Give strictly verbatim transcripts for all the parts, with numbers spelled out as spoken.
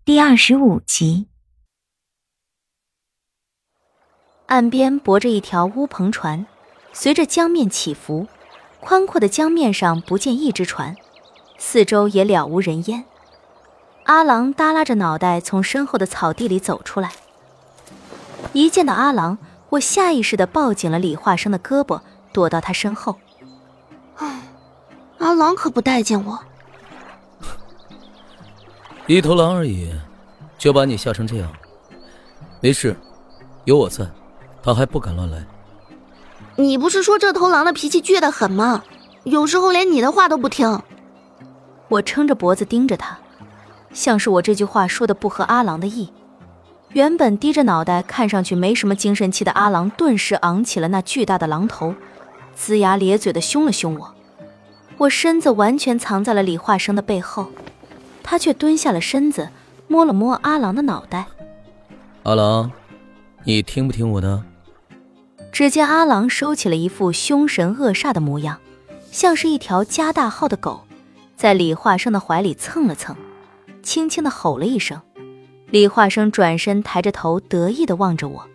第二十五集。 岸边泊着一条乌篷船，随着江面起伏，宽阔的江面上不见一只船，四周也了无人烟。阿郎耷拉着脑袋从身后的草地里走出来。一见到阿郎，我下意识地抱紧了李化生的胳膊，躲到他身后。 唉，阿郎可不待见我。 一头狼而已，就把你吓成这样。没事，有我在，他还不敢乱来。 你不是说这头狼的脾气倔得很吗？有时候连你的话都不听。 我撑着脖子盯着他，像是我这句话说的不合阿郎的意。原本低着脑袋看上去没什么精神气的阿郎顿时昂起了那巨大的狼头，龇牙咧嘴地凶了凶我。我身子完全藏在了李化生的背后，他却蹲下了身子，摸了摸阿郎的脑袋。 阿郎，你听不听我的？ 只见阿郎收起了一副凶神恶煞的模样，像是一条加大号的狗，在李化生的怀里蹭了蹭，轻轻地吼了一声。李化生转身抬着头得意地望着我。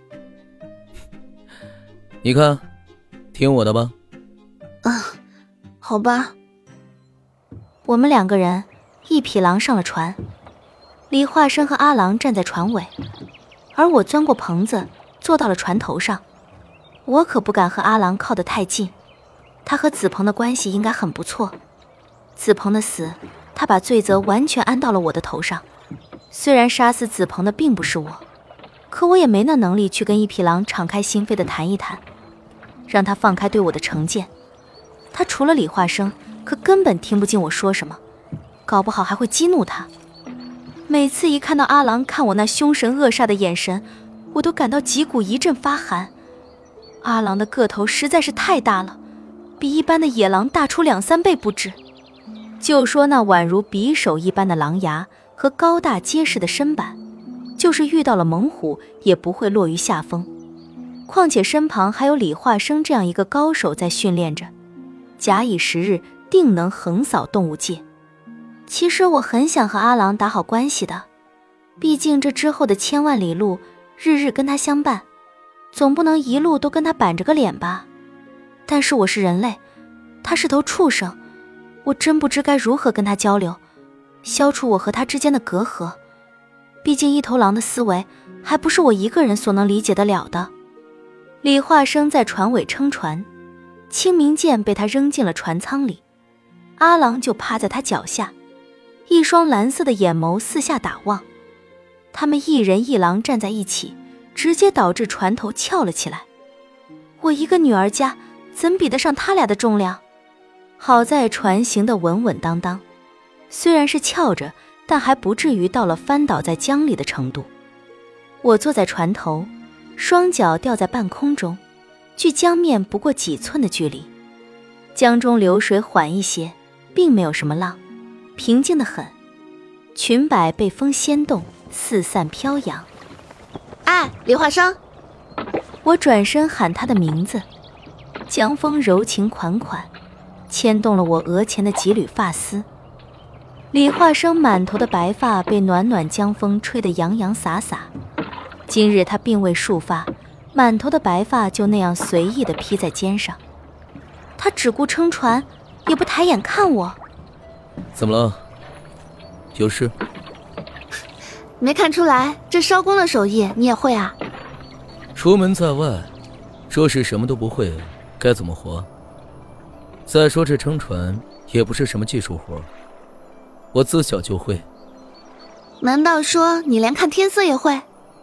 你看，听我的吧。 啊，好吧。 我们两个人一匹狼上了船，李化生和阿郎站在船尾，而我钻过棚子坐到了船头上。我可不敢和阿郎靠得太近，他和子鹏的关系应该很不错。子鹏的死，他把罪责完全安到了我的头上。虽然杀死子鹏的并不是我，可我也没那能力去跟一匹狼敞开心扉地谈一谈，让他放开对我的成见。他除了李化生，可根本听不进我说什么，搞不好还会激怒他。每次一看到阿郎看我那凶神恶煞的眼神，我都感到脊骨一阵发寒。阿郎的个头实在是太大了，比一般的野狼大出两三倍不止。就说那宛如匕首一般的狼牙和高大结实的身板，就是遇到了猛虎也不会落于下风。况且身旁还有李化生这样一个高手在训练着，假以时日定能横扫动物界。其实我很想和阿郎打好关系的，毕竟这之后的千万里路日日跟他相伴，总不能一路都跟他板着个脸吧。但是我是人类，他是头畜生，我真不知该如何跟他交流，消除我和他之间的隔阂。毕竟一头狼的思维还不是我一个人所能理解得了的。李化生在船尾撑船，清明剑被他扔进了船舱里，阿郎就趴在他脚下，一双蓝色的眼眸四下打望。他们一人一狼站在一起，直接导致船头翘了起来。我一个女儿家怎比得上他俩的重量？好在船行得稳稳当当，虽然是翘着，但还不至于到了翻倒在江里的程度。我坐在船头，双脚吊在半空中，距江面不过几寸的距离。江中流水缓一些，并没有什么浪，平静得很。裙摆被风掀动，四散飘扬。 哎，李化生！ 我转身喊他的名字，江风柔情款款，牵动了我额前的几缕发丝。李化生满头的白发被暖暖江风吹得洋洋洒洒，今日他并未束发，满头的白发就那样随意地披在肩上。他只顾撑船，也不抬眼看我。 怎么了？有事？ 没看出来，这烧工的手艺你也会啊？ 出门在外，若是什么都不会，该怎么活？再说这撑船也不是什么技术活，我自小就会。 难道说你连看天色也会？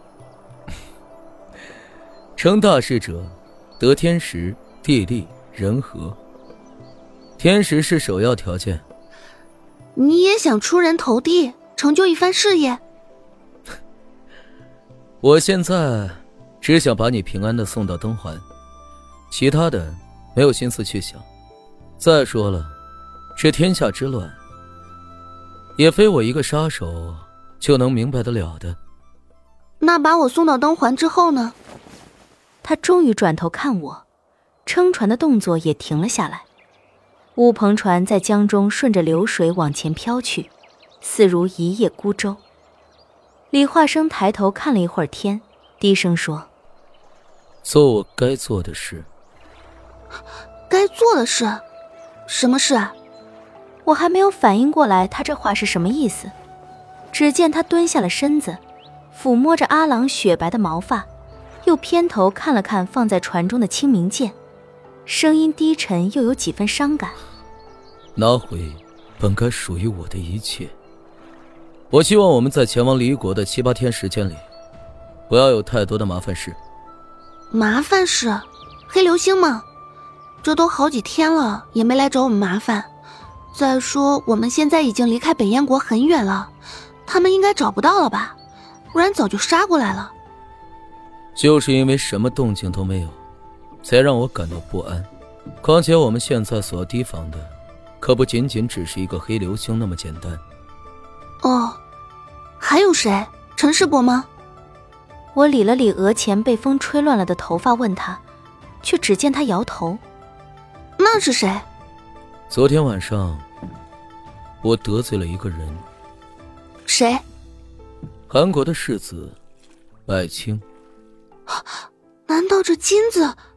成大事者，得天时、地利、人和。天时是首要条件。 你也想出人头地，成就一番事业？ 我现在只想把你平安地送到灯环，其他的没有心思去想。再说了，这天下之乱，也非我一个杀手就能明白得了的。 那把我送到灯环之后呢？ 他终于转头看我，撑船的动作也停了下来。乌篷船在江中顺着流水往前飘去，似如一叶孤舟。 李化生抬头看了一会儿天，低声说： 做我该做的事。 该做的事？什么事？ 我还没有反应过来他这话是什么意思，只见他蹲下了身子，抚摸着阿郎雪白的毛发，又偏头看了看放在船中的清明剑，声音低沉又有几分伤感。 拿回本该属于我的一切。我希望我们在前往离国的七八天时间里，不要有太多的麻烦事。 麻烦事？黑流星吗？这都好几天了，也没来找我们麻烦。再说我们现在已经离开北燕国很远了，他们应该找不到了吧？不然早就杀过来了。 就是因为什么动静都没有，才让我感到不安。况且我们现在所要提防的，可不仅仅只是一个黑流星那么简单。 哦，还有谁？陈世伯吗？ 我理了理额前被风吹乱了的头发，问他，却只见他摇头。 那是谁？ 昨天晚上，我得罪了一个人。 谁？ 韩国的世子，百清。 难道这金子